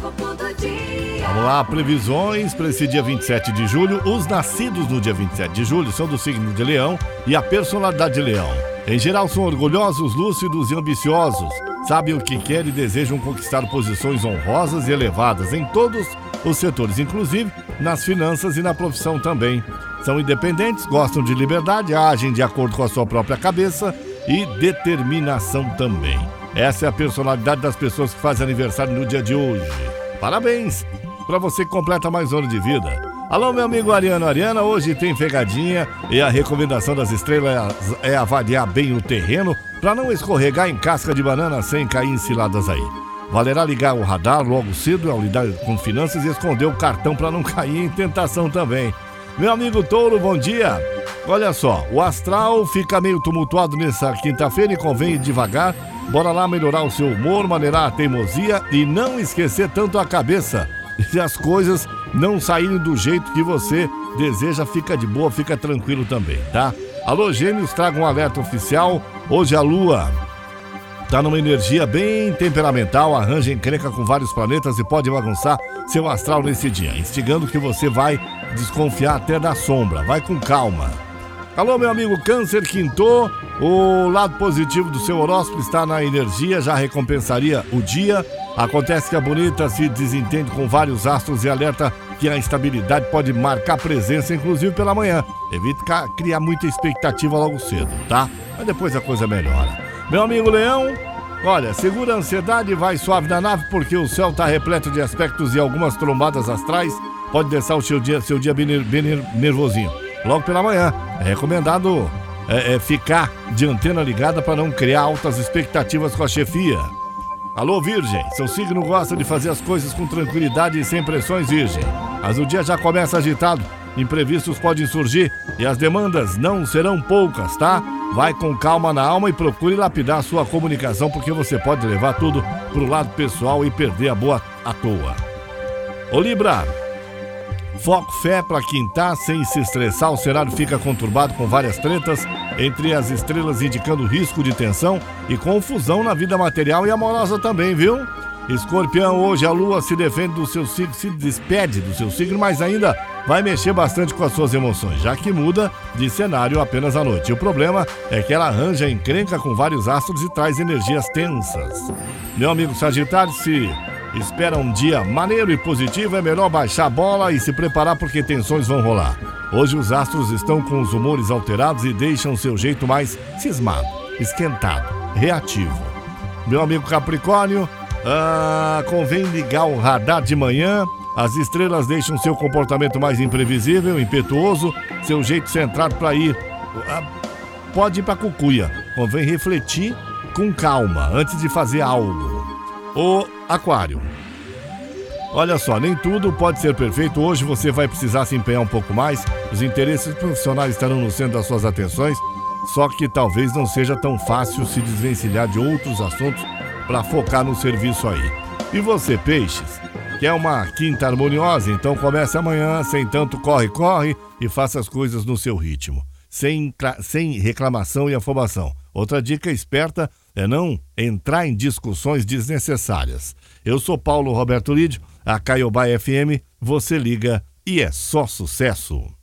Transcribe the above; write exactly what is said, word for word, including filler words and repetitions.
Horóscopo do dia. Vamos lá, previsões para esse dia vinte e sete de julho. Os nascidos no dia vinte e sete de julho são do signo de Leão e a personalidade de Leão. Em geral, são orgulhosos, lúcidos e ambiciosos. Sabem o que querem e desejam conquistar posições honrosas e elevadas em todos os setores, inclusive nas finanças e na profissão também. São independentes, gostam de liberdade, agem de acordo com a sua própria cabeça e determinação também. Essa é a personalidade das pessoas que fazem aniversário no dia de hoje. Parabéns para você que completa mais um ano de vida. Alô, meu amigo Ariano, Ariana, hoje tem pegadinha e a recomendação das estrelas é avaliar bem o terreno para não escorregar em casca de banana sem cair em ciladas aí. Valerá ligar o radar logo cedo ao lidar com finanças e esconder o cartão para não cair em tentação também. Meu amigo Touro, bom dia. Olha só, o astral fica meio tumultuado nessa quinta-feira e convém ir devagar. Bora lá melhorar o seu humor, maneirar a teimosia e não esquecer tanto a cabeça. Se as coisas não saírem do jeito que você deseja, fica de boa, fica tranquilo também, tá? Alô, Gêmeos, traga um alerta oficial. Hoje a Lua tá numa energia bem temperamental, arranja encrenca com vários planetas e pode bagunçar seu astral nesse dia, instigando que você vai desconfiar até da sombra. Vai com calma. Alô, meu amigo Câncer, quintou. O lado positivo do seu horóscopo está na energia, já recompensaria o dia. Acontece que a bonita se desentende com vários astros e alerta que a instabilidade pode marcar presença, inclusive pela manhã. Evite criar muita expectativa logo cedo, tá? Mas depois a coisa melhora. Meu amigo Leão, olha, segura a ansiedade e vai suave na nave, porque o céu está repleto de aspectos e algumas trombadas astrais. Pode deixar o seu dia, seu dia bem, bem nervosinho. Logo pela manhã, é recomendado é, é, ficar de antena ligada para não criar altas expectativas com a chefia. Alô, Virgem, seu signo gosta de fazer as coisas com tranquilidade e sem pressões, Virgem. Mas o dia já começa agitado, imprevistos podem surgir e as demandas não serão poucas, tá? Vai com calma na alma e procure lapidar a sua comunicação, porque você pode levar tudo pro lado pessoal e perder a boa à toa. Ô, Libra, foco, fé para quintar sem se estressar. O cenário fica conturbado com várias tretas entre as estrelas, indicando risco de tensão e confusão na vida material e amorosa também, viu? Escorpião, hoje a lua se defende do seu signo, se despede do seu signo, mas ainda vai mexer bastante com as suas emoções, já que muda de cenário apenas à noite. O problema é que ela arranja encrenca com vários astros e traz energias tensas. Meu amigo Sagitário, se espera um dia maneiro e positivo, é melhor baixar a bola e se preparar porque tensões vão rolar. Hoje os astros estão com os humores alterados e deixam seu jeito mais cismado, esquentado, reativo. Meu amigo Capricórnio, ah, convém ligar o radar de manhã. As estrelas deixam seu comportamento mais imprevisível, impetuoso, seu jeito centrado para ir. Ah, pode ir para cucuia. Convém refletir com calma antes de fazer algo. O Aquário, olha só, nem tudo pode ser perfeito. Hoje você vai precisar se empenhar um pouco mais. Os interesses profissionais estarão no centro das suas atenções, só que talvez não seja tão fácil se desvencilhar de outros assuntos para focar no serviço aí. E você, Peixes, quer uma quinta harmoniosa? Então comece amanhã sem tanto corre-corre e faça as coisas no seu ritmo, sem, sem reclamação e afobação. Outra dica esperta é não entrar em discussões desnecessárias. Eu sou Paulo Roberto Lídio, a Caiobá F M, você liga e é só sucesso.